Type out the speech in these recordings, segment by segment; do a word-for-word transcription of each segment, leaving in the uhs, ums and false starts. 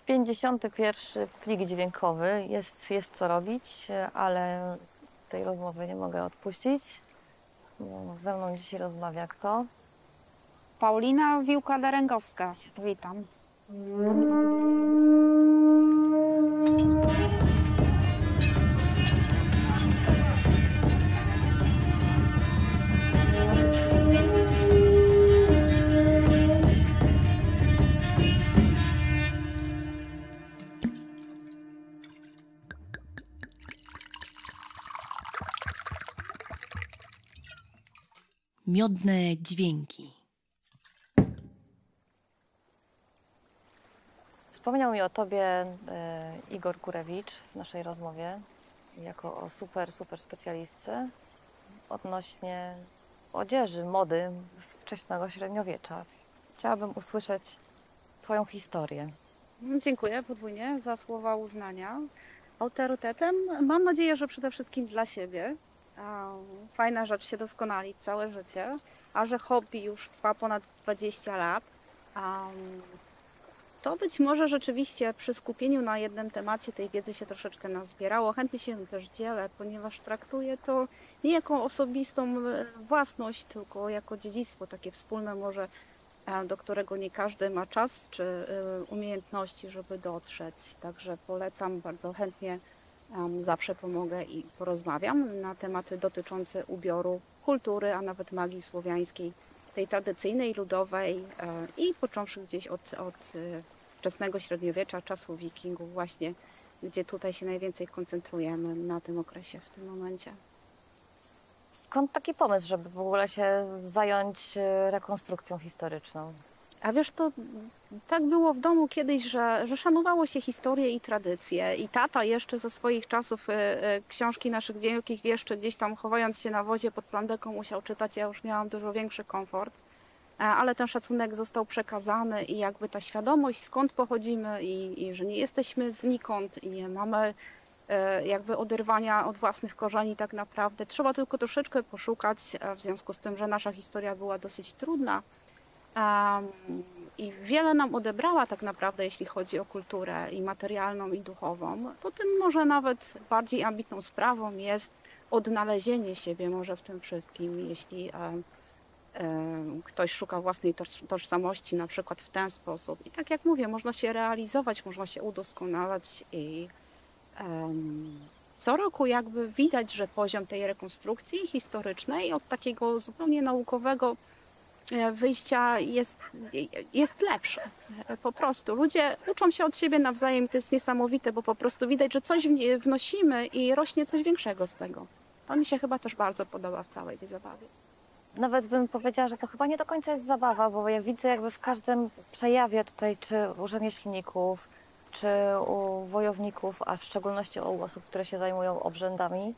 pięćdziesiąty pierwszy plik dźwiękowy. Jest, jest co robić, ale tej rozmowy nie mogę odpuścić. Bo ze mną dzisiaj rozmawia kto? Paulina Wiłka-Derengowska. Witam. Miodne dźwięki. Wspomniał mi o tobie e, Igor Kurewicz w naszej rozmowie jako o super, super specjalistce odnośnie odzieży, mody z wczesnego średniowiecza. Chciałabym usłyszeć twoją historię. Dziękuję podwójnie za słowa uznania. Autorytetem mam nadzieję, że przede wszystkim dla siebie. Fajna rzecz się doskonalić całe życie, a że hobby już trwa ponad dwadzieścia lat. To być może rzeczywiście przy skupieniu na jednym temacie tej wiedzy się troszeczkę nazbierało. Chętnie się też dzielę, ponieważ traktuję to nie jako osobistą własność, tylko jako dziedzictwo takie wspólne może, do którego nie każdy ma czas czy umiejętności, żeby dotrzeć. Także polecam, bardzo chętnie zawsze pomogę i porozmawiam na tematy dotyczące ubioru, kultury, a nawet magii słowiańskiej, tej tradycyjnej, ludowej i począwszy gdzieś od, od wczesnego średniowiecza, czasów wikingów właśnie, gdzie tutaj się najwięcej koncentrujemy na tym okresie w tym momencie. Skąd taki pomysł, żeby w ogóle się zająć rekonstrukcją historyczną? A wiesz, to tak było w domu kiedyś, że, że szanowało się historię i tradycje. I tata jeszcze ze swoich czasów y, y, książki naszych wielkich wieszczy gdzieś tam chowając się na wozie pod plandeką musiał czytać. Ja już miałam dużo większy komfort. Ale ten szacunek został przekazany i jakby ta świadomość, skąd pochodzimy i, i że nie jesteśmy znikąd i nie mamy y, jakby oderwania od własnych korzeni tak naprawdę. Trzeba tylko troszeczkę poszukać, w związku z tym, że nasza historia była dosyć trudna. Um, I wiele nam odebrała tak naprawdę, jeśli chodzi o kulturę i materialną, i duchową. To tym może nawet bardziej ambitną sprawą jest odnalezienie siebie może w tym wszystkim, jeśli um, um, ktoś szuka własnej toż, tożsamości na przykład w ten sposób. I tak jak mówię, można się realizować, można się udoskonalać i um, co roku jakby widać, że poziom tej rekonstrukcji historycznej od takiego zupełnie naukowego wyjścia jest, jest lepsze. Po prostu ludzie uczą się od siebie nawzajem, to jest niesamowite, bo po prostu widać, że coś wnosimy i rośnie coś większego z tego. To mi się chyba też bardzo podoba w całej tej zabawie. Nawet bym powiedziała, że to chyba nie do końca jest zabawa, bo ja widzę jakby w każdym przejawie tutaj, czy u rzemieślników, czy u wojowników, a w szczególności u osób, które się zajmują obrzędami,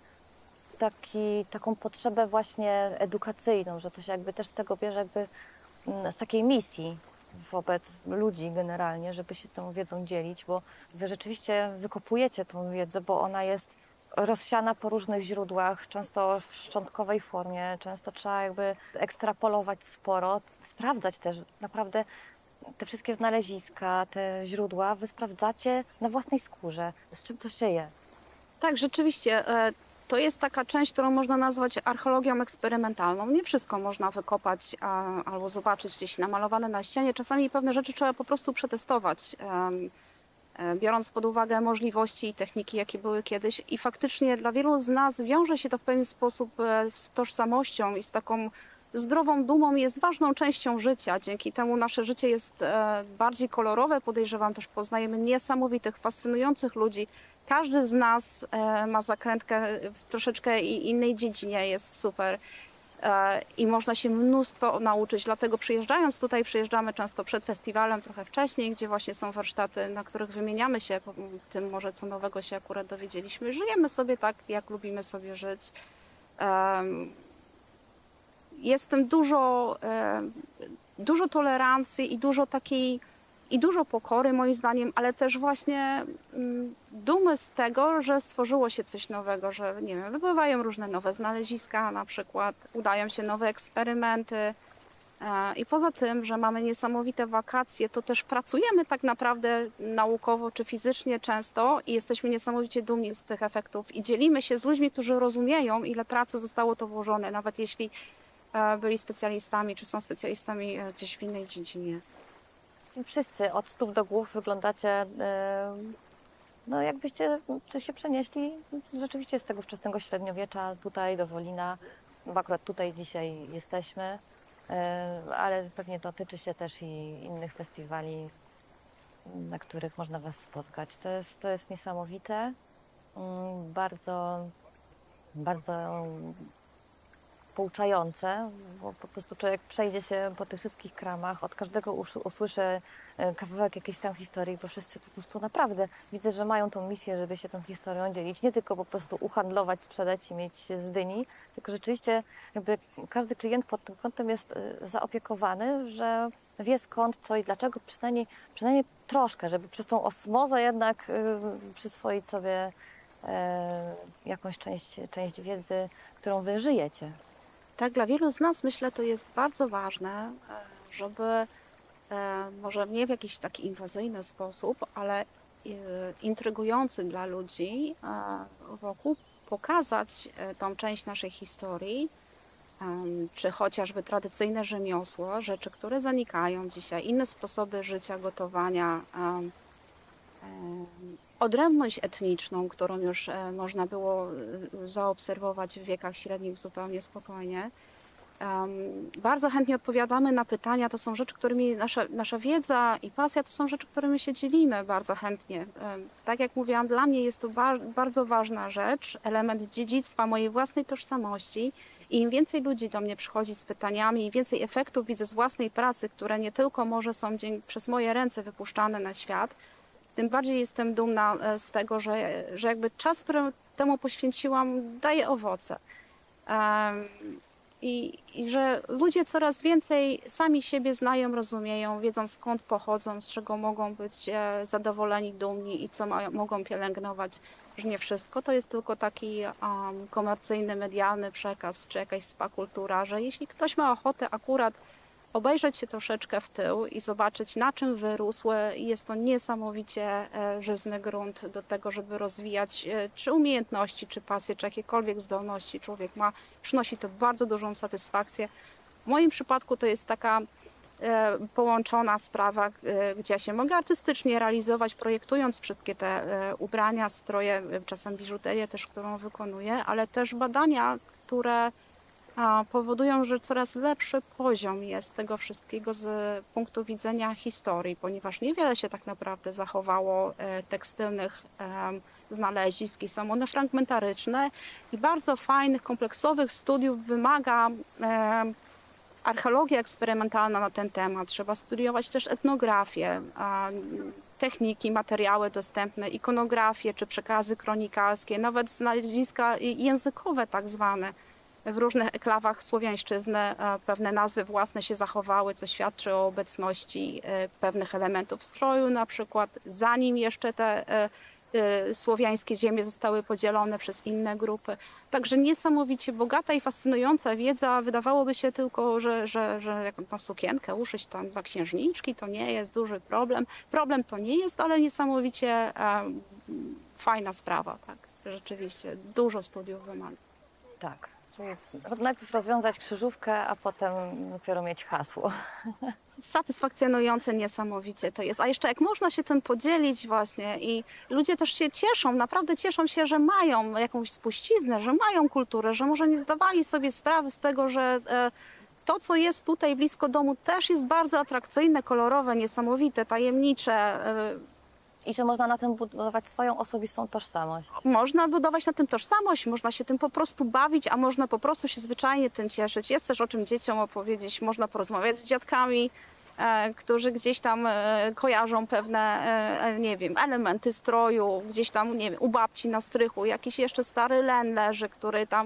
Taki, taką potrzebę właśnie edukacyjną, że to się jakby też z tego bierze jakby z takiej misji wobec ludzi generalnie, żeby się tą wiedzą dzielić, bo wy rzeczywiście wykopujecie tą wiedzę, bo ona jest rozsiana po różnych źródłach, często w szczątkowej formie, często trzeba jakby ekstrapolować sporo, sprawdzać też naprawdę te wszystkie znaleziska, te źródła, wy sprawdzacie na własnej skórze, z czym to szyje. Tak, rzeczywiście. To jest taka część, którą można nazwać archeologią eksperymentalną. Nie wszystko można wykopać a, albo zobaczyć gdzieś namalowane na ścianie. Czasami pewne rzeczy trzeba po prostu przetestować, um, biorąc pod uwagę możliwości i techniki, jakie były kiedyś. I faktycznie dla wielu z nas wiąże się to w pewien sposób z tożsamością i z taką zdrową dumą. Jest ważną częścią życia. Dzięki temu nasze życie jest e, bardziej kolorowe. Podejrzewam, też poznajemy niesamowitych, fascynujących ludzi. Każdy z nas e, ma zakrętkę w troszeczkę innej dziedzinie, jest super e, i można się mnóstwo nauczyć, dlatego przyjeżdżając tutaj, przyjeżdżamy często przed festiwalem, trochę wcześniej, gdzie właśnie są warsztaty, na których wymieniamy się tym może, co nowego się akurat dowiedzieliśmy. Żyjemy sobie tak, jak lubimy sobie żyć. E, jest w tym dużo, e, dużo tolerancji i dużo takiej I dużo pokory moim zdaniem, ale też właśnie mm, dumy z tego, że stworzyło się coś nowego, że nie wiem, wypływają różne nowe znaleziska na przykład, udają się nowe eksperymenty. E, I poza tym, że mamy niesamowite wakacje, to też pracujemy tak naprawdę naukowo czy fizycznie często i jesteśmy niesamowicie dumni z tych efektów i dzielimy się z ludźmi, którzy rozumieją, ile pracy zostało to włożone, nawet jeśli e, byli specjalistami czy są specjalistami e, gdzieś w innej dziedzinie. Wszyscy od stóp do głów wyglądacie, e, no jakbyście się przenieśli rzeczywiście z tego wczesnego średniowiecza tutaj do Wolina, bo akurat tutaj dzisiaj jesteśmy, e, ale pewnie dotyczy się też i innych festiwali, na których można Was spotkać. To jest, to jest niesamowite, mm, bardzo, bardzo pouczające, bo po prostu człowiek przejdzie się po tych wszystkich kramach, od każdego usł- usłyszy e, kawałek jakiejś tam historii, bo wszyscy po prostu naprawdę widzę, że mają tą misję, żeby się tą historią dzielić, nie tylko po prostu uhandlować, sprzedać i mieć z dyni, tylko rzeczywiście jakby każdy klient pod tym kątem jest e, zaopiekowany, że wie skąd, co i dlaczego, przynajmniej, przynajmniej troszkę, żeby przez tą osmozę jednak e, przyswoić sobie e, jakąś część, część wiedzy, którą Wy żyjecie. Tak, dla wielu z nas myślę, to jest bardzo ważne, e, żeby e, może nie w jakiś taki inwazyjny sposób, ale e, intrygujący dla ludzi e, wokół pokazać e, tą część naszej historii, em, czy chociażby tradycyjne rzemiosło, rzeczy, które zanikają dzisiaj, inne sposoby życia, gotowania, em, em, odrębność etniczną, którą już e, można było e, zaobserwować w wiekach średnich zupełnie spokojnie. Em, Bardzo chętnie odpowiadamy na pytania. To są rzeczy, którymi nasza, nasza wiedza i pasja to są rzeczy, którymi się dzielimy bardzo chętnie. Em, Tak jak mówiłam, dla mnie jest to bar bardzo ważna rzecz, element dziedzictwa mojej własnej tożsamości. I im więcej ludzi do mnie przychodzi z pytaniami, im więcej efektów widzę z własnej pracy, które nie tylko może są dzięki, przez moje ręce wypuszczane na świat, tym bardziej jestem dumna e, z tego, że, że jakby czas, który temu poświęciłam, daje owoce. Em, I, I że ludzie coraz więcej sami siebie znają, rozumieją, wiedzą skąd pochodzą, z czego mogą być e, zadowoleni, dumni i co mają, mogą pielęgnować, że nie wszystko to jest tylko taki um, komercyjny, medialny przekaz, czy jakaś spa kultura, że jeśli ktoś ma ochotę akurat obejrzeć się troszeczkę w tył i zobaczyć, na czym wyrósły, jest to niesamowicie e, żyzny grunt do tego, żeby rozwijać e, czy umiejętności, czy pasje, czy jakiekolwiek zdolności człowiek ma. Przynosi to bardzo dużą satysfakcję. W moim przypadku to jest taka e, połączona sprawa, e, gdzie ja się mogę artystycznie realizować, projektując wszystkie te e, ubrania, stroje, e, czasem biżuterię też, którą wykonuję, ale też badania, które a, powodują, że coraz lepszy poziom jest tego wszystkiego z punktu widzenia historii, ponieważ niewiele się tak naprawdę zachowało e, tekstylnych em, znalezisk i są one fragmentaryczne i bardzo fajnych, kompleksowych studiów wymaga em, archeologia eksperymentalna na ten temat. Trzeba studiować też etnografię, a, techniki, materiały dostępne, ikonografię czy przekazy kronikalskie, nawet znaleziska językowe tak zwane. W różnych eklawach słowiańszczyzny e, pewne nazwy własne się zachowały, co świadczy o obecności e, pewnych elementów stroju, na przykład zanim jeszcze te e, e, słowiańskie ziemie zostały podzielone przez inne grupy. Także niesamowicie bogata i fascynująca wiedza. Wydawałoby się tylko, że, że, że jakąś sukienkę uszyć tam dla księżniczki to nie jest duży problem. Problem to nie jest, ale niesamowicie e, fajna sprawa, tak. Rzeczywiście dużo studiów wymaga. Tak. Czyli najpierw rozwiązać krzyżówkę, a potem dopiero mieć hasło. Satysfakcjonujące niesamowicie to jest. A jeszcze jak można się tym podzielić właśnie i ludzie też się cieszą, naprawdę cieszą się, że mają jakąś spuściznę, że mają kulturę, że może nie zdawali sobie sprawy z tego, że e, to, co jest tutaj blisko domu, też jest bardzo atrakcyjne, kolorowe, niesamowite, tajemnicze. e, I że można na tym budować swoją osobistą tożsamość. Można budować na tym tożsamość, można się tym po prostu bawić, a można po prostu się zwyczajnie tym cieszyć. Jest też o czym dzieciom opowiedzieć, można porozmawiać z dziadkami, e, którzy gdzieś tam e, kojarzą pewne, e, nie wiem, elementy stroju, gdzieś tam, nie wiem, u babci na strychu jakiś jeszcze stary len leży, który tam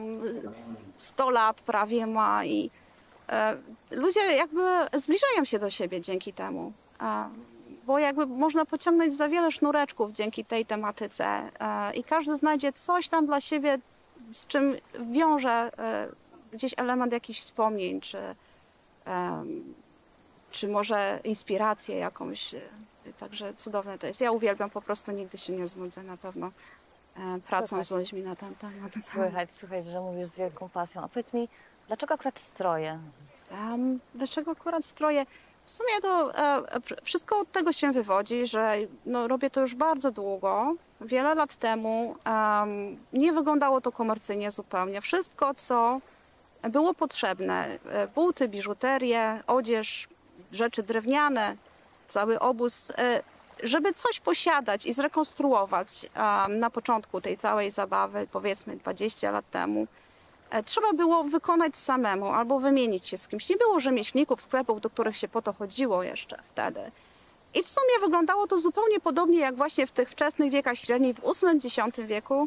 sto lat prawie ma i e, ludzie jakby zbliżają się do siebie dzięki temu. E, bo jakby można pociągnąć za wiele sznureczków dzięki tej tematyce e, i każdy znajdzie coś tam dla siebie, z czym wiąże e, gdzieś element jakichś wspomnień, czy em, czy może inspirację jakąś. Także cudowne to jest. Ja uwielbiam, po prostu nigdy się nie znudzę na pewno e, pracą Słychać. z ludźmi na ten temat. Słychać, słychać, że mówisz z wielką pasją. A powiedz mi, dlaczego akurat stroje? Um, dlaczego akurat stroje? W sumie to e, wszystko od tego się wywodzi, że no, robię to już bardzo długo. Wiele lat temu um, nie wyglądało to komercyjnie zupełnie. Wszystko, co było potrzebne, e, buty, biżuterię, odzież, rzeczy drewniane, cały obóz, e, żeby coś posiadać i zrekonstruować um, na początku tej całej zabawy, powiedzmy dwadzieścia lat temu, trzeba było wykonać samemu albo wymienić się z kimś. Nie było rzemieślników, sklepów, do których się po to chodziło jeszcze wtedy. I w sumie wyglądało to zupełnie podobnie jak właśnie w tych wczesnych wiekach średnich, w ósmym dziesiątym wieku.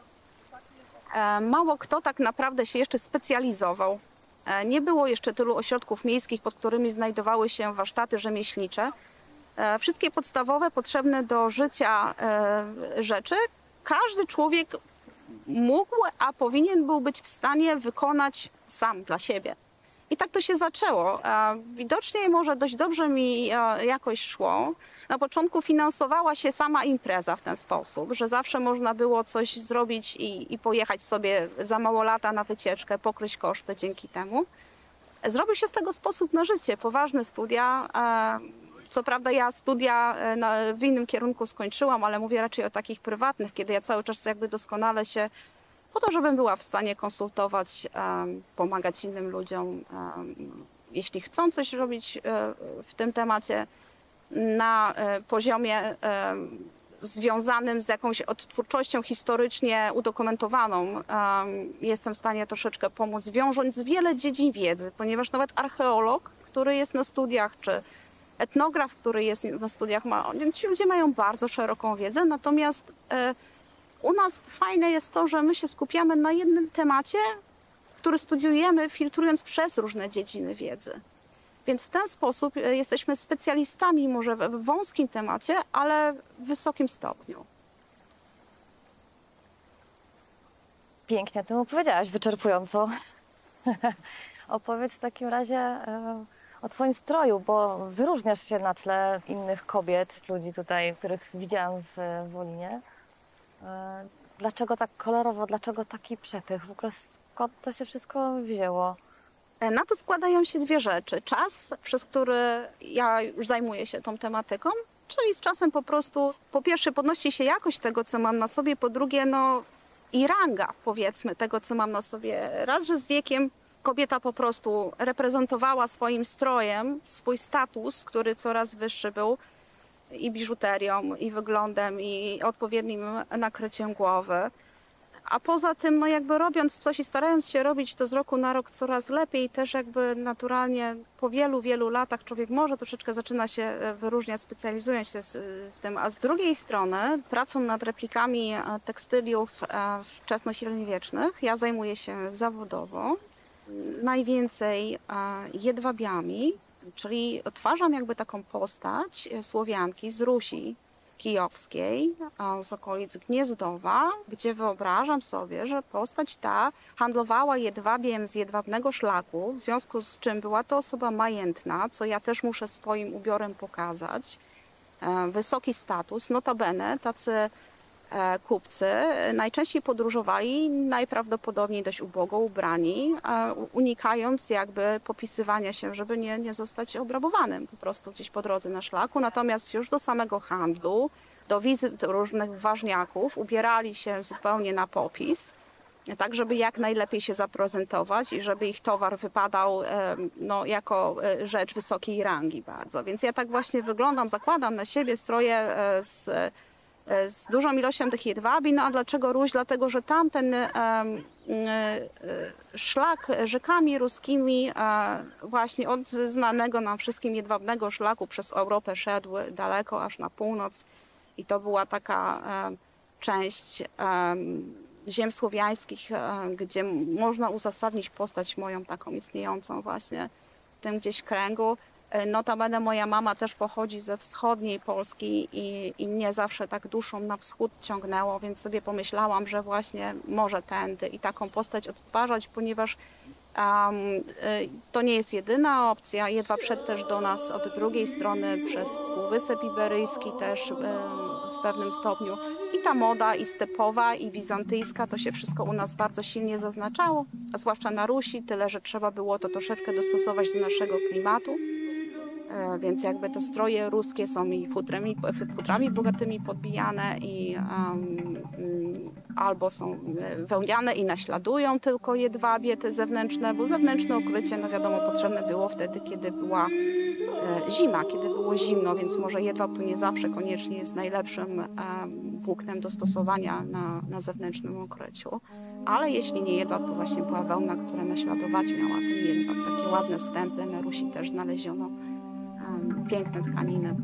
Mało kto tak naprawdę się jeszcze specjalizował. Nie było jeszcze tylu ośrodków miejskich, pod którymi znajdowały się warsztaty rzemieślnicze. Wszystkie podstawowe, potrzebne do życia rzeczy każdy człowiek mógł, a powinien był być w stanie wykonać sam dla siebie. I tak to się zaczęło. Widocznie może dość dobrze mi jakoś szło. Na początku finansowała się sama impreza w ten sposób, że zawsze można było coś zrobić i, i pojechać sobie za mało lata na wycieczkę, pokryć koszty dzięki temu. Zrobił się z tego sposób na życie, poważne studia. Co prawda ja studia w innym kierunku skończyłam, ale mówię raczej o takich prywatnych, kiedy ja cały czas jakby doskonale się, po to, żebym była w stanie konsultować, pomagać innym ludziom, jeśli chcą coś robić w tym temacie na poziomie związanym z jakąś odtwórczością historycznie udokumentowaną. Jestem w stanie troszeczkę pomóc, wiążąc wiele dziedzin wiedzy, ponieważ nawet archeolog, który jest na studiach, czy etnograf, który jest na studiach, ma, ci ludzie mają bardzo szeroką wiedzę, natomiast e, u nas fajne jest to, że my się skupiamy na jednym temacie, który studiujemy, filtrując przez różne dziedziny wiedzy. Więc w ten sposób e, jesteśmy specjalistami może w wąskim temacie, ale w wysokim stopniu. Pięknie o tym opowiedziałaś, wyczerpująco. Opowiedz w takim razie e, o Twoim stroju, bo wyróżniasz się na tle innych kobiet, ludzi tutaj, których widziałam w Wolinie. E, dlaczego tak kolorowo, dlaczego taki przepych? W ogóle skąd to się wszystko wzięło? Na to składają się dwie rzeczy. Czas, przez który ja już zajmuję się tą tematyką, czyli z czasem po prostu, po pierwsze podnosi się jakość tego, co mam na sobie, po drugie no i ranga, powiedzmy, tego, co mam na sobie. Raz, że z wiekiem kobieta po prostu reprezentowała swoim strojem swój status, który coraz wyższy był, i biżuterią, i wyglądem, i odpowiednim nakryciem głowy. A poza tym, no jakby robiąc coś i starając się robić to z roku na rok coraz lepiej, też jakby naturalnie po wielu, wielu latach człowiek może troszeczkę zaczyna się wyróżniać, specjalizując się w tym. A z drugiej strony pracą nad replikami tekstyliów wczesnośredniowiecznych ja zajmuję się zawodowo. Najwięcej jedwabiami, czyli odtwarzam jakby taką postać Słowianki z Rusi kijowskiej, z okolic Gniezdowa, gdzie wyobrażam sobie, że postać ta handlowała jedwabiem z jedwabnego szlaku, w związku z czym była to osoba majętna, co ja też muszę swoim ubiorem pokazać. Wysoki status, notabene tacy kupcy najczęściej podróżowali najprawdopodobniej dość ubogo ubrani, unikając jakby popisywania się, żeby nie, nie zostać obrabowanym po prostu gdzieś po drodze na szlaku. Natomiast już do samego handlu, do wizyt różnych ważniaków ubierali się zupełnie na popis, tak żeby jak najlepiej się zaprezentować i żeby ich towar wypadał no, jako rzecz wysokiej rangi bardzo. Więc ja tak właśnie wyglądam, zakładam na siebie stroje z z dużą ilością tych jedwabi. No a dlaczego Ruś? Dlatego, że tamten e, e, szlak rzekami ruskimi, e, właśnie od znanego nam wszystkim jedwabnego szlaku przez Europę szedł daleko, aż na północ. I to była taka e, część e, ziem słowiańskich, e, gdzie można uzasadnić postać moją taką istniejącą właśnie w tym gdzieś kręgu. Notabene moja mama też pochodzi ze wschodniej Polski i, i mnie zawsze tak duszą na wschód ciągnęło, więc sobie pomyślałam, że właśnie może tędy i taką postać odtwarzać, ponieważ Um, to nie jest jedyna opcja. Jedwab szedł też do nas od drugiej strony przez Półwysep Iberyjski też um, w pewnym stopniu. I ta moda i stepowa, i bizantyjska, to się wszystko u nas bardzo silnie zaznaczało, a zwłaszcza na Rusi, tyle że trzeba było to troszeczkę dostosować do naszego klimatu. Więc jakby te stroje ruskie są i futrami, futrami bogatymi podbijane i um, albo są wełniane i naśladują tylko jedwabie te zewnętrzne, bo zewnętrzne ukrycie, no wiadomo, potrzebne było wtedy, kiedy była e, zima, kiedy było zimno, więc może jedwab tu nie zawsze koniecznie jest najlepszym um, włóknem do stosowania na, na zewnętrznym ukryciu. Ale jeśli nie jedwab, to właśnie była wełna, która naśladować miała ten jedwab. Takie ładne stemple na Rusi też znaleziono. Piękne tkaniny.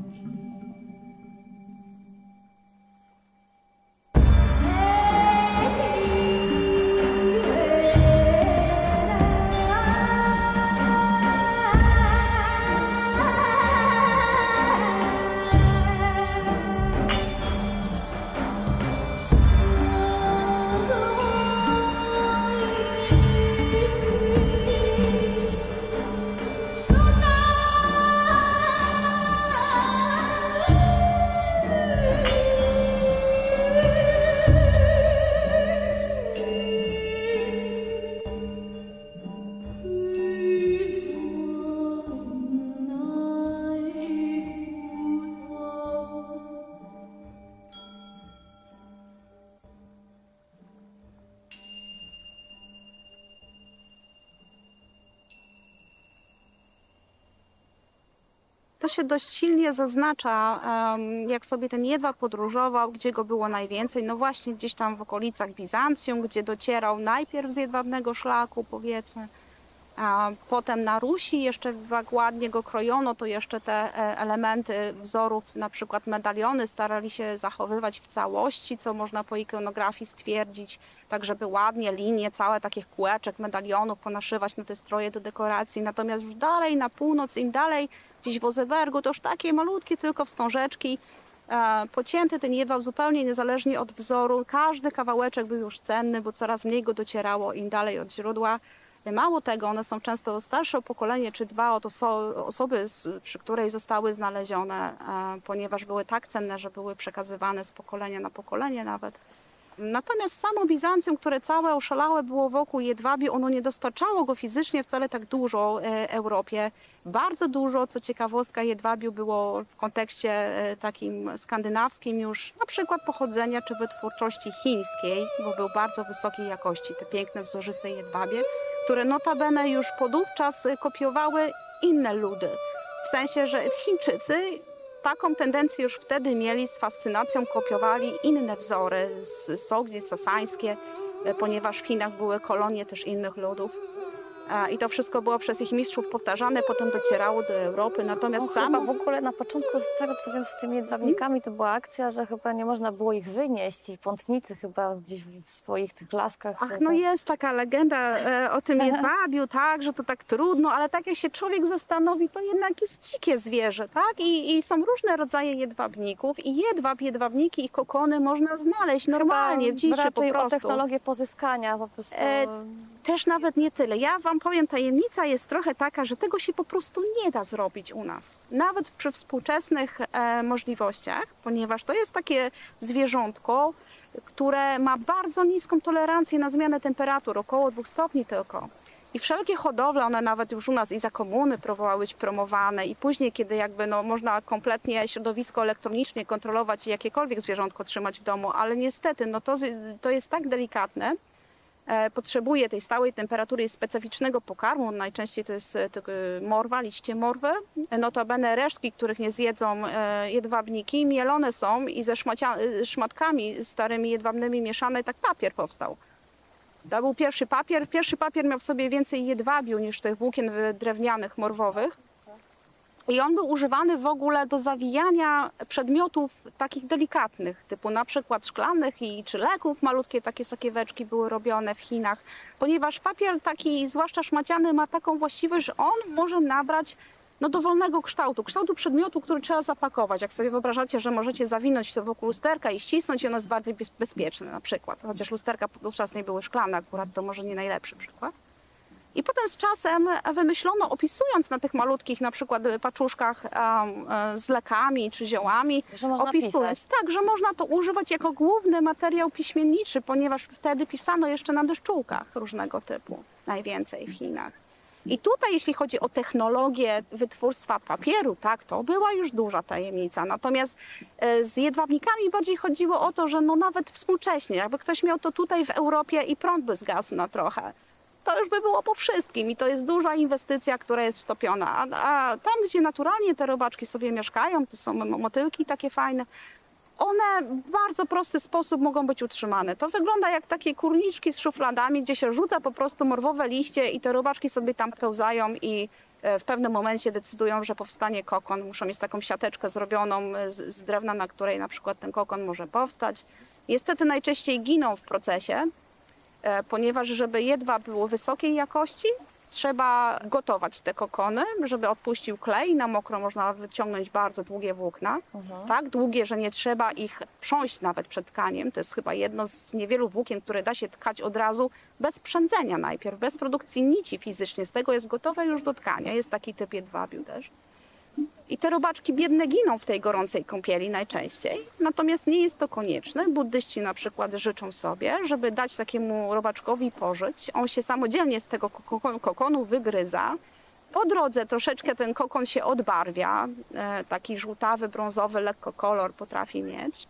To się dość silnie zaznacza, jak sobie ten jedwab podróżował, gdzie go było najwięcej. No właśnie gdzieś tam w okolicach Bizancjum, gdzie docierał najpierw z jedwabnego szlaku, powiedzmy. A potem na Rusi jeszcze jak ładnie go krojono, to jeszcze te elementy wzorów, na przykład medaliony, starali się zachowywać w całości, co można po ikonografii stwierdzić, tak żeby ładnie linie, całe takich kółeczek, medalionów ponaszywać na te stroje do dekoracji. Natomiast już dalej na północ, im dalej gdzieś w Ozebergu, to już takie malutkie tylko wstążeczki, e, pocięty ten jedwab zupełnie niezależnie od wzoru. Każdy kawałeczek był już cenny, bo coraz mniej go docierało im dalej od źródła. Mało tego, one są często starsze pokolenie, czy dwa od oso osoby, z, przy której zostały znalezione, e, ponieważ były tak cenne, że były przekazywane z pokolenia na pokolenie nawet. Natomiast samo Bizancjum, które całe oszalałe było wokół jedwabiu, ono nie dostarczało go fizycznie wcale tak dużo e, Europie. Bardzo dużo, co ciekawostka, jedwabiu było w kontekście e, takim skandynawskim już, na przykład pochodzenia czy wytwórczości chińskiej, bo był bardzo wysokiej jakości, te piękne, wzorzyste jedwabie, które notabene już podówczas kopiowały inne ludy. W sensie, że Chińczycy taką tendencję już wtedy mieli, z fascynacją kopiowali inne wzory, sogdzie sasańskie, ponieważ w Chinach były kolonie też innych ludów. I to wszystko było przez ich mistrzów powtarzane, potem docierało do Europy. Natomiast no, samo... chyba w ogóle na początku, z tego co wiem, z tymi jedwabnikami, to była akcja, że chyba nie można było ich wynieść i pątnicy chyba gdzieś w swoich tych laskach... Ach, no tak... jest taka legenda e, o tym jedwabiu, tak, że to tak trudno, ale tak jak się człowiek zastanowi, to jednak jest dzikie zwierzę, tak? I, i są różne rodzaje jedwabników i jedwab, jedwabniki i kokony można znaleźć normalnie, w dziczy po raczej prostu. o technologię pozyskania po prostu... E, Też nawet nie tyle. Ja wam powiem, tajemnica jest trochę taka, że tego się po prostu nie da zrobić u nas. Nawet przy współczesnych e, możliwościach, ponieważ to jest takie zwierzątko, które ma bardzo niską tolerancję na zmianę temperatur, około dwóch stopni tylko. I wszelkie hodowle, one nawet już u nas i za komuny próbowały być promowane i później, kiedy jakby no, można kompletnie środowisko elektronicznie kontrolować i jakiekolwiek zwierzątko trzymać w domu, ale niestety no, to, to jest tak delikatne, potrzebuje tej stałej temperatury i specyficznego pokarmu. Najczęściej to jest morwa, liście morwy. Notabene resztki, których nie zjedzą jedwabniki, mielone są i ze szmatkami starymi jedwabnymi mieszane, tak papier powstał. To był pierwszy papier. Pierwszy papier miał w sobie więcej jedwabiu niż tych włókien drewnianych, morwowych. I on był używany w ogóle do zawijania przedmiotów takich delikatnych, typu na przykład szklanych i czy leków. Malutkie takie sakieweczki były robione w Chinach, ponieważ papier taki, zwłaszcza szmaciany, ma taką właściwość, że on może nabrać no, dowolnego kształtu, kształtu przedmiotu, który trzeba zapakować. Jak sobie wyobrażacie, że możecie zawinąć to wokół lusterka i ścisnąć, i ono jest bardziej bezpieczne na przykład. Chociaż lusterka wówczas nie były szklane akurat, to może nie najlepszy przykład. I potem z czasem wymyślono, opisując na tych malutkich na przykład paczuszkach um, z lekami czy ziołami, Że można opisując, pisać. tak, że można to używać jako główny materiał piśmienniczy, ponieważ wtedy pisano jeszcze na deszczułkach różnego typu, najwięcej w Chinach. I tutaj, jeśli chodzi o technologię wytwórstwa papieru, tak, to była już duża tajemnica. Natomiast e, z jedwabnikami bardziej chodziło o to, że no nawet współcześnie, jakby ktoś miał to tutaj w Europie i prąd by zgasł na trochę, to już by było po wszystkim i to jest duża inwestycja, która jest wtopiona. A, a tam, gdzie naturalnie te robaczki sobie mieszkają, to są motylki takie fajne, one w bardzo prosty sposób mogą być utrzymane. To wygląda jak takie kurniczki z szufladami, gdzie się rzuca po prostu morwowe liście i te robaczki sobie tam pełzają i w pewnym momencie decydują, że powstanie kokon. Muszą mieć taką siateczkę zrobioną z, z drewna, na której na przykład ten kokon może powstać. Niestety najczęściej giną w procesie, ponieważ żeby jedwab był wysokiej jakości, trzeba gotować te kokony, żeby odpuścił klej. Na mokro można wyciągnąć bardzo długie włókna. Mhm. Tak długie, że nie trzeba ich prząść nawet przed tkaniem. To jest chyba jedno z niewielu włókien, które da się tkać od razu bez przędzenia najpierw, bez produkcji nici fizycznie. Z tego jest gotowe już do tkania. Jest taki typ jedwabiu też. I te robaczki biedne giną w tej gorącej kąpieli najczęściej. Natomiast nie jest to konieczne. Buddyści na przykład życzą sobie, żeby dać takiemu robaczkowi pożyć. On się samodzielnie z tego kokonu wygryza. Po drodze troszeczkę ten kokon się odbarwia. Taki żółtawy, brązowy, lekko kolor potrafi mieć.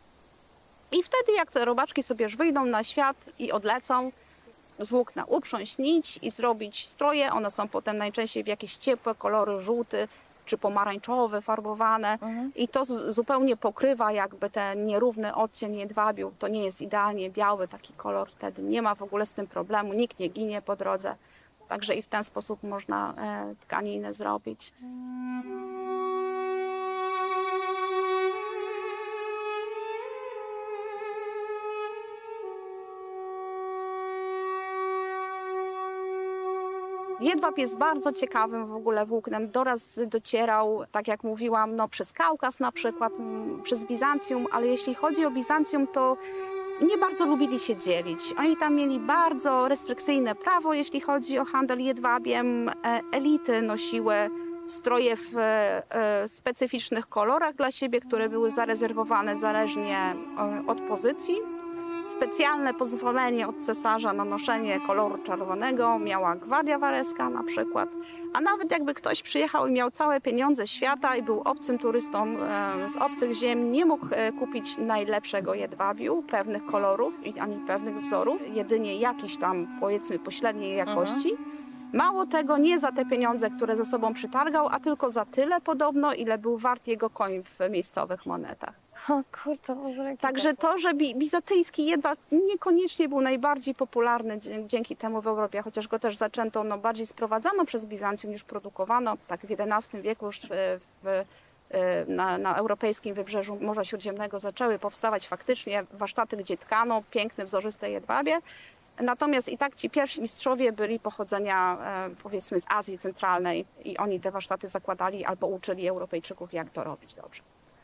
I wtedy jak te robaczki sobie już wyjdą na świat i odlecą, z włókna uprząść nić i zrobić stroje. One są potem najczęściej w jakieś ciepłe kolory, żółty, czy pomarańczowe, farbowane mhm. i to z, zupełnie pokrywa jakby ten nierówny odcień jedwabiu. To nie jest idealnie biały taki kolor, wtedy nie ma w ogóle z tym problemu, nikt nie ginie po drodze. Także i w ten sposób można e, tkaniny zrobić. Jedwab jest bardzo ciekawym w ogóle włóknem. Doraz docierał, tak jak mówiłam, no, przez Kaukaz na przykład, przez Bizancjum, ale jeśli chodzi o Bizancjum, to nie bardzo lubili się dzielić. Oni tam mieli bardzo restrykcyjne prawo, jeśli chodzi o handel jedwabiem. Elity nosiły stroje w specyficznych kolorach dla siebie, które były zarezerwowane zależnie od pozycji. Specjalne pozwolenie od cesarza na noszenie koloru czerwonego miała Gwardia Wareska na przykład. A nawet jakby ktoś przyjechał i miał całe pieniądze świata i był obcym turystą z obcych ziem, nie mógł kupić najlepszego jedwabiu, pewnych kolorów ani pewnych wzorów, jedynie jakiś tam powiedzmy pośredniej jakości. Mhm. Mało tego, nie za te pieniądze, które ze sobą przytargał, a tylko za tyle podobno, ile był wart jego koń w miejscowych monetach. O kurczę, może Także to, że bizantyjski jedwab niekoniecznie był najbardziej popularny dzięki temu w Europie, chociaż go też zaczęto, no, bardziej sprowadzano przez Bizancjum niż produkowano. Tak w jedenastym wieku już w, w, na, na europejskim wybrzeżu Morza Śródziemnego zaczęły powstawać faktycznie warsztaty, gdzie tkano piękne, wzorzyste jedwabie. Natomiast i tak ci pierwsi mistrzowie byli pochodzenia powiedzmy z Azji Centralnej i oni te warsztaty zakładali albo uczyli Europejczyków, jak to robić dobrze.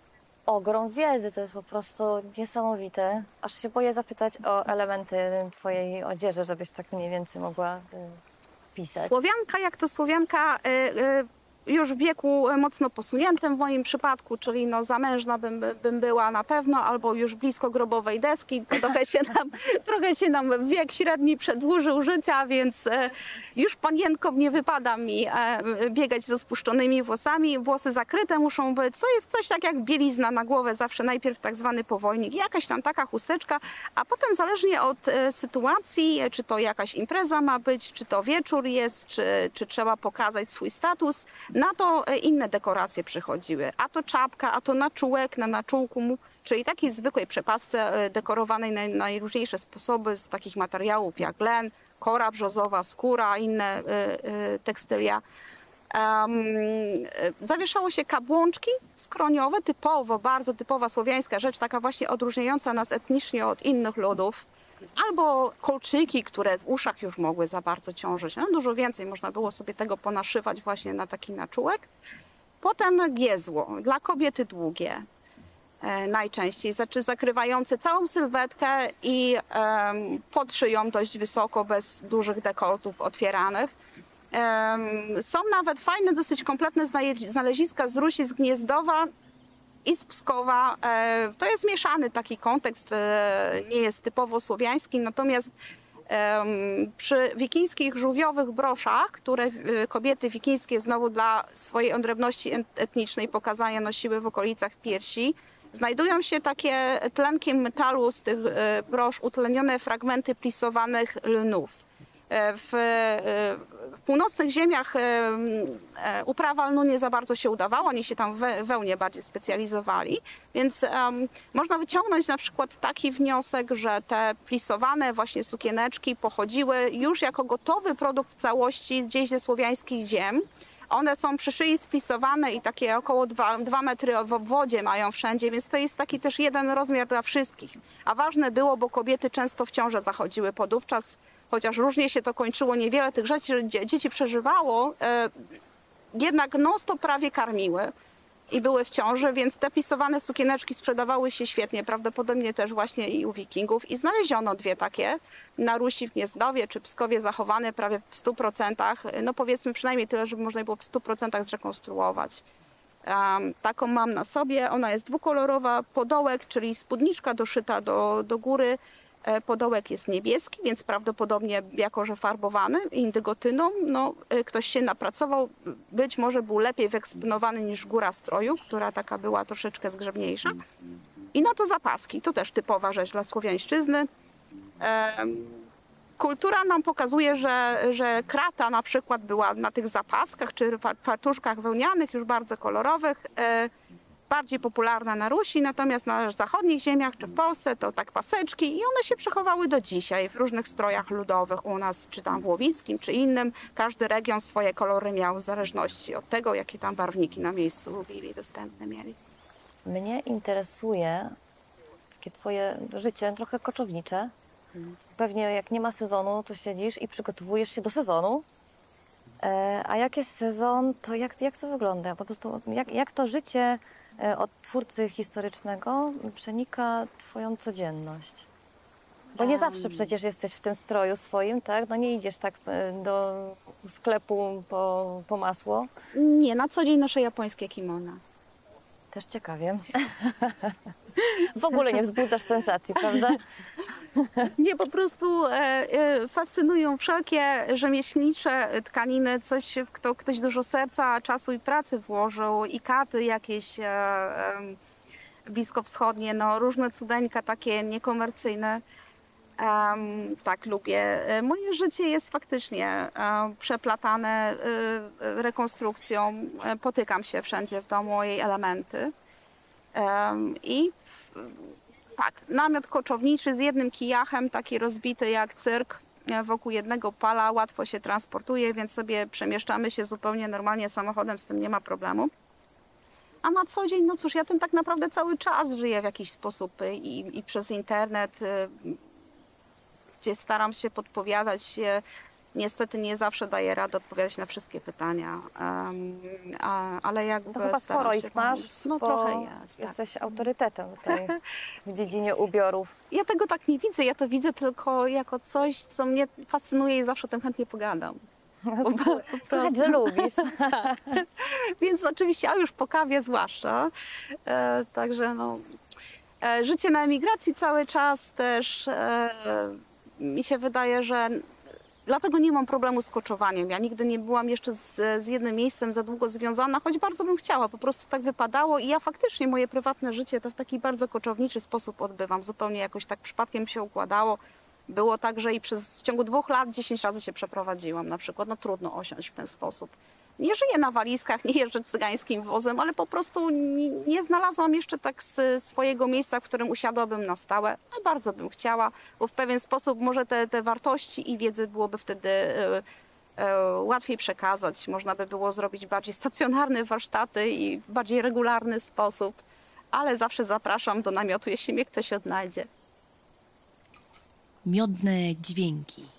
Ogrom wiedzy, to jest po prostu niesamowite. Aż się boję zapytać o elementy twojej odzieży, żebyś tak mniej więcej mogła y, pisać. Słowianka jak to Słowianka, y, y, już w wieku mocno posuniętym w moim przypadku, czyli no zamężna bym, bym była na pewno, albo już blisko grobowej deski. Trochę się nam, trochę się nam wiek średni przedłużył życia, więc już panienkom nie wypada mi biegać z rozpuszczonymi włosami. Włosy zakryte muszą być. To jest coś tak jak bielizna na głowę, zawsze najpierw tak zwany powojnik, jakaś tam taka chusteczka, a potem zależnie od sytuacji, czy to jakaś impreza ma być, czy to wieczór jest, czy, czy trzeba pokazać swój status, na to inne dekoracje przychodziły. A to czapka, a to naczółek na naczółku, czyli takiej zwykłej przepasce dekorowanej na najróżniejsze sposoby z takich materiałów jak len, kora brzozowa, skóra, inne tekstylia. Um, zawieszało się kabłączki skroniowe, typowo, bardzo typowa słowiańska rzecz, taka właśnie odróżniająca nas etnicznie od innych ludów. Albo kolczyki, które w uszach już mogły za bardzo ciążyć. No, dużo więcej można było sobie tego ponaszywać właśnie na taki naczółek. Potem giezło, dla kobiety długie e, najczęściej, znaczy zakrywające całą sylwetkę i e, pod szyją dość wysoko, bez dużych dekoltów otwieranych. Em, Są nawet fajne, dosyć kompletne znaje- znaleziska z Rusi, z Gniezdowa i z Pskowa. E, To jest mieszany taki kontekst, e, nie jest typowo słowiański, natomiast em, przy wikińskich żółwiowych broszach, które e, kobiety wikińskie znowu dla swojej odrębności et- etnicznej pokazania nosiły w okolicach piersi, znajdują się takie tlenkiem metalu z tych e, brosz utlenione fragmenty plisowanych lnów. E, W, e, w północnych ziemiach e, e, uprawa lnu nie za bardzo się udawała, oni się tam we wełnie bardziej specjalizowali, więc em, można wyciągnąć na przykład taki wniosek, że te plisowane właśnie sukieneczki pochodziły już jako gotowy produkt w całości gdzieś ze słowiańskich ziem. One są przy szyi splisowane i takie około dwa metry w obwodzie mają wszędzie, więc to jest taki też jeden rozmiar dla wszystkich. A ważne było, bo kobiety często w ciążę zachodziły podówczas, chociaż różnie się to kończyło, niewiele tych rzeczy dzie- dzieci przeżywało, e, jednak non-stop prawie karmiły i były w ciąży, więc te plisowane sukieneczki sprzedawały się świetnie, prawdopodobnie też właśnie i u wikingów. I znaleziono dwie takie na Rusi w Gniezdowie czy Pskowie zachowane prawie w stu procentach, no powiedzmy przynajmniej tyle, żeby można było w stu procentach zrekonstruować. Um, taką mam na sobie, ona jest dwukolorowa, podołek, czyli spódniczka doszyta do, do góry. E, Podołek jest niebieski, więc prawdopodobnie jako że farbowany indygotyną, no, e, ktoś się napracował, być może był lepiej wyeksponowany niż góra stroju, która taka była troszeczkę zgrzebniejsza. I na to zapaski, to też typowa rzecz dla słowiańszczyzny. Em, Kultura nam pokazuje, że, że krata na przykład była na tych zapaskach czy fa- fartuszkach wełnianych, już bardzo kolorowych, e, bardziej popularna na Rusi, natomiast na zachodnich ziemiach czy w Polsce to tak paseczki i one się przechowały do dzisiaj w różnych strojach ludowych u nas, czy tam w Łowickim, czy innym. Każdy region swoje kolory miał w zależności od tego, jakie tam barwniki na miejscu lubili, dostępne mieli. Mnie interesuje takie twoje życie trochę koczownicze. Pewnie jak nie ma sezonu, to siedzisz i przygotowujesz się do sezonu. E, a jak jest sezon, to jak, jak to wygląda? Po prostu jak, jak to życie e, od twórcy historycznego przenika twoją codzienność? Bo nie zawsze przecież jesteś w tym stroju swoim, tak? No nie idziesz tak e, do sklepu po, po masło. Nie, na co dzień noszę japońskie kimona. Też ciekawie. W ogóle nie wzbudzasz sensacji, prawda? Nie, po prostu e, e, fascynują wszelkie rzemieślnicze tkaniny, coś, w kto ktoś dużo serca, czasu i pracy włożył, i katy jakieś e, e, bliskowschodnie, no różne cudeńka takie niekomercyjne. Em, tak, lubię. E, Moje życie jest faktycznie e, przeplatane e, e, rekonstrukcją. E, Potykam się wszędzie w domu o jej elementy. Em, I w, tak, namiot koczowniczy z jednym kijachem, taki rozbity jak cyrk, e, wokół jednego pala, łatwo się transportuje, więc sobie przemieszczamy się zupełnie normalnie samochodem, z tym nie ma problemu. A na co dzień, no cóż, ja tym tak naprawdę cały czas żyję w jakiś sposób e, i, i przez internet, e, gdzie staram się podpowiadać. e, Niestety nie zawsze daję radę odpowiadać na wszystkie pytania, em, a, ale jakby To chyba staram sporo się ich masz, pomóc. No bo trochę jest, tak. jesteś autorytetem tutaj w dziedzinie ubiorów. Ja tego tak nie widzę, ja to widzę tylko jako coś, co mnie fascynuje i zawsze o tym chętnie pogadam. Słychać, że lubisz. Więc oczywiście, a już po kawie zwłaszcza. E, także no, e, życie na emigracji cały czas też e, mi się wydaje, że dlatego nie mam problemu z koczowaniem. Ja nigdy nie byłam jeszcze z, z jednym miejscem za długo związana, choć bardzo bym chciała. Po prostu tak wypadało i ja faktycznie moje prywatne życie to w taki bardzo koczowniczy sposób odbywam. Zupełnie jakoś tak przypadkiem się układało. Było tak, że i przez w ciągu dwóch lat dziesięć razy się przeprowadziłam na przykład. No trudno osiąść w ten sposób. Nie żyję na walizkach, nie jeżdżę cygańskim wozem, ale po prostu nie, nie znalazłam jeszcze tak z swojego miejsca, w którym usiadłabym na stałe. No bardzo bym chciała, bo w pewien sposób może te, te wartości i wiedzy byłoby wtedy e, e, łatwiej przekazać. Można by było zrobić bardziej stacjonarne warsztaty i w bardziej regularny sposób. Ale zawsze zapraszam do namiotu, jeśli mnie ktoś odnajdzie. Miodne dźwięki.